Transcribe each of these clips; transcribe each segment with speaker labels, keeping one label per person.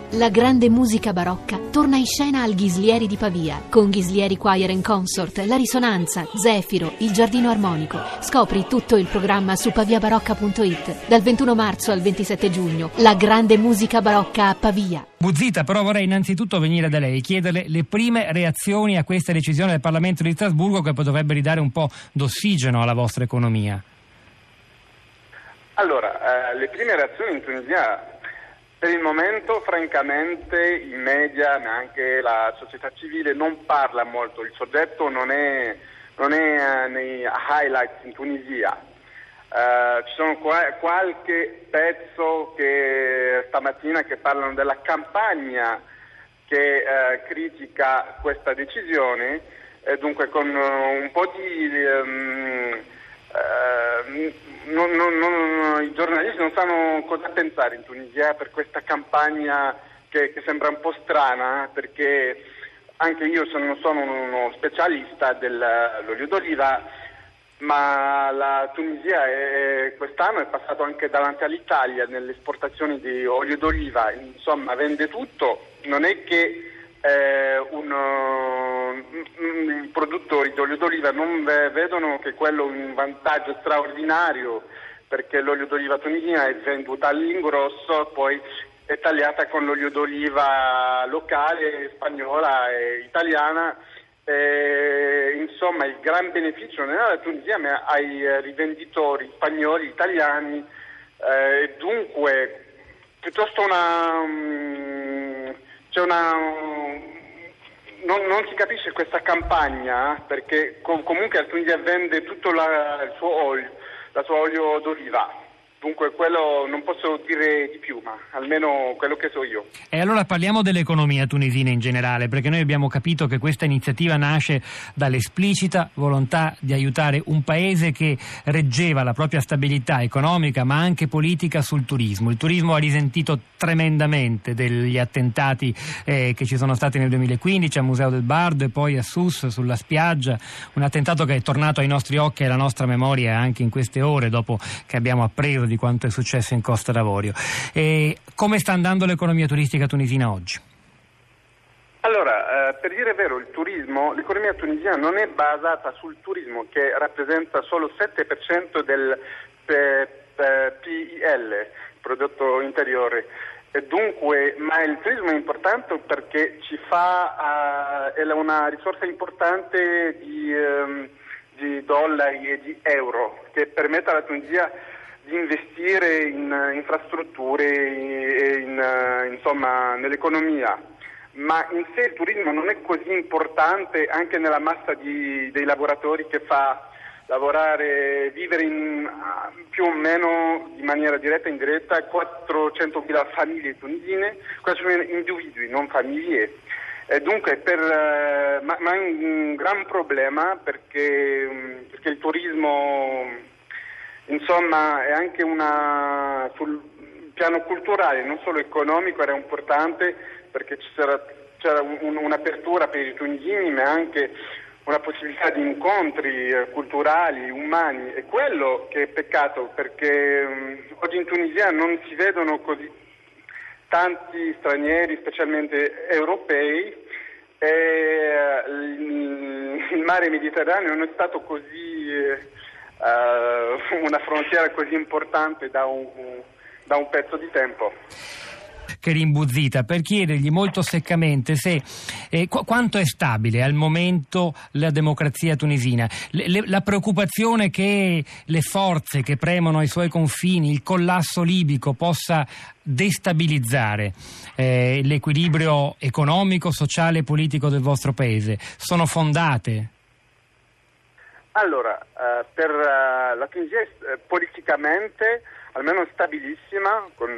Speaker 1: La grande musica barocca torna in scena al Ghislieri di Pavia, con Ghislieri Choir and Consort, La Risonanza, Zefiro, il Giardino Armonico. Scopri tutto il programma su paviabarocca.it. Dal 21 marzo al 27 giugno, la grande musica barocca a Pavia.
Speaker 2: Buzzita, però vorrei innanzitutto venire da lei e chiederle le prime reazioni a questa decisione del Parlamento di Strasburgo, che potrebbe ridare un po' d'ossigeno alla vostra economia.
Speaker 3: Allora, le prime reazioni in Tunisia, per il momento francamente i media, ma anche la società civile non parla molto, il soggetto non è nei highlights in Tunisia. Ci sono qualche pezzo che stamattina che parlano della campagna che critica questa decisione, e dunque con un po' di i giornalisti non sanno cosa pensare in Tunisia per questa campagna che sembra un po' strana, perché anche io non sono uno specialista dell'olio d'oliva, ma la Tunisia quest'anno è passato anche davanti all'Italia nelle esportazioni di olio d'oliva, insomma vende tutto, non è che i produttori di olio d'oliva non vedono che quello è un vantaggio straordinario, perché l'olio d'oliva tunisina è venduta all'ingrosso, poi è tagliata con l'olio d'oliva locale, spagnola e italiana. Insomma, il gran beneficio non è alla Tunisia ma ai rivenditori spagnoli, italiani, dunque piuttosto non si capisce questa campagna, perché comunque la Tunisia vende tutto il suo olio, la sua olio d'oliva. Dunque quello non posso dire di più, ma almeno quello che so io.
Speaker 2: E allora parliamo dell'economia tunisina in generale, perché noi abbiamo capito che questa iniziativa nasce dall'esplicita volontà di aiutare un paese che reggeva la propria stabilità economica ma anche politica sul turismo. Il turismo ha risentito tremendamente degli attentati che ci sono stati nel 2015 al Museo del Bardo e poi a Sousse sulla spiaggia, un attentato che è tornato ai nostri occhi e alla nostra memoria anche in queste ore dopo che abbiamo appreso di quanto è successo in Costa d'Avorio. Come sta andando l'economia turistica tunisina oggi?
Speaker 3: Allora, per dire il vero, l'economia tunisina non è basata sul turismo, che rappresenta solo 7% del PIL, prodotto interiore. E dunque, ma il turismo è importante perché è una risorsa importante di dollari e di euro, che permette alla Tunisia di investire in infrastrutture e insomma nell'economia, ma in sé il turismo non è così importante anche nella massa dei lavoratori che fa vivere più o meno in maniera diretta e indiretta 400.000 famiglie tunisine, 400.000 individui, non famiglie. E dunque ma è un gran problema perché il turismo insomma è anche sul piano culturale, non solo economico, era importante perché c'era un'apertura per i tunisini, ma anche una possibilità di incontri culturali, umani, e quello che è peccato, perché oggi in Tunisia non si vedono così tanti stranieri, specialmente europei, e il mare Mediterraneo non è stato così una frontiera così importante da un pezzo di tempo.
Speaker 2: Kerim Buzzita, per chiedergli molto seccamente se quanto è stabile al momento la democrazia tunisina, la preoccupazione che le forze che premono ai suoi confini, il collasso libico, possa destabilizzare l'equilibrio economico, sociale e politico del vostro paese, sono fondate?
Speaker 3: Allora, per la Tunisia politicamente almeno stabilissima, con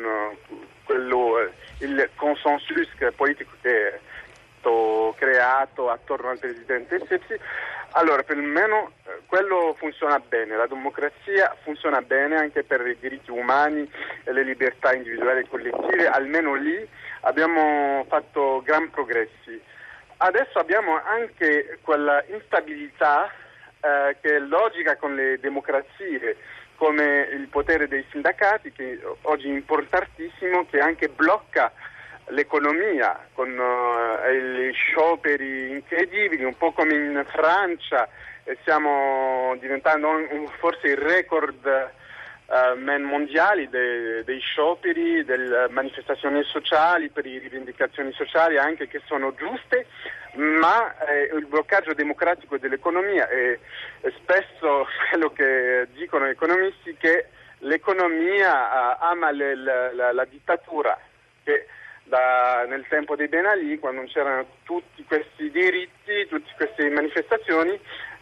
Speaker 3: il consensus politico che è stato creato attorno al presidente Sisi. Allora, per almeno quello funziona bene, la democrazia funziona bene anche per i diritti umani e le libertà individuali e collettive, almeno lì abbiamo fatto gran progressi. Adesso abbiamo anche quella instabilità che è logica con le democrazie, come il potere dei sindacati, che oggi è importantissimo, che anche blocca l'economia con gli scioperi incredibili, un po' come in Francia, e stiamo diventando forse il record mondiali dei scioperi, delle manifestazioni sociali per le rivendicazioni sociali anche che sono giuste, ma il bloccaggio democratico dell'economia è spesso quello che dicono gli economisti, che l'economia ama la dittatura, che nel tempo dei Ben Ali, quando c'erano tutti questi diritti, tutte queste manifestazioni,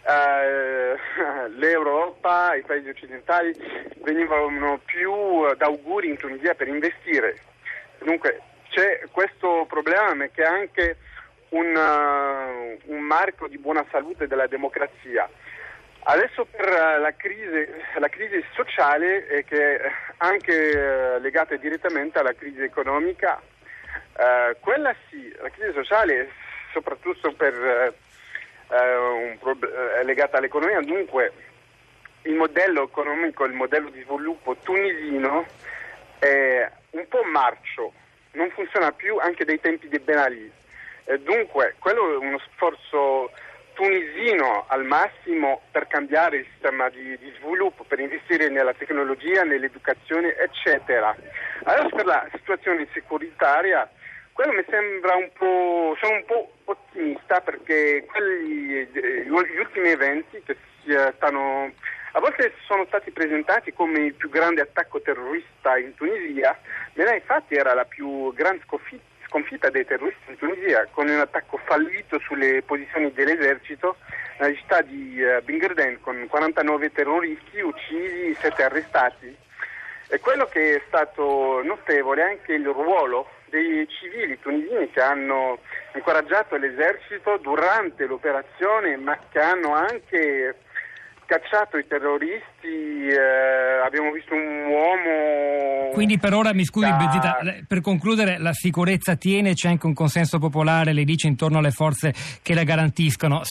Speaker 3: l'Europa, i paesi occidentali venivano più d'auguri in Tunisia per investire. Dunque c'è questo problema, ma che è anche un marco di buona salute della democrazia. Adesso per la crisi sociale, che è anche legata direttamente alla crisi economica, quella sì, la crisi sociale soprattutto per è legata all'economia. Dunque il modello economico, il modello di sviluppo tunisino è un po' marcio, non funziona più anche dai tempi di Ben Ali. Dunque quello è uno sforzo tunisino al massimo per cambiare il sistema di sviluppo, per investire nella tecnologia, nell'educazione, eccetera. Adesso per la situazione securitaria, quello mi sembra sono un po' ottimista, perché gli ultimi eventi che a volte sono stati presentati come il più grande attacco terrorista in Tunisia, ma infatti era la più grande sconfitta dei terroristi in Tunisia, con un attacco fallito sulle posizioni dell'esercito nella città di Bingerden, con 49 terroristi uccisi, 7 arrestati. E quello che è stato notevole è anche il ruolo dei civili tunisini, che hanno incoraggiato l'esercito durante l'operazione, ma che hanno anche cacciato i terroristi. Abbiamo visto un uomo.
Speaker 2: Quindi per ora, mi scusi Bezita, per concludere, la sicurezza tiene, c'è anche un consenso popolare, lei dice, intorno alle forze che la garantiscono.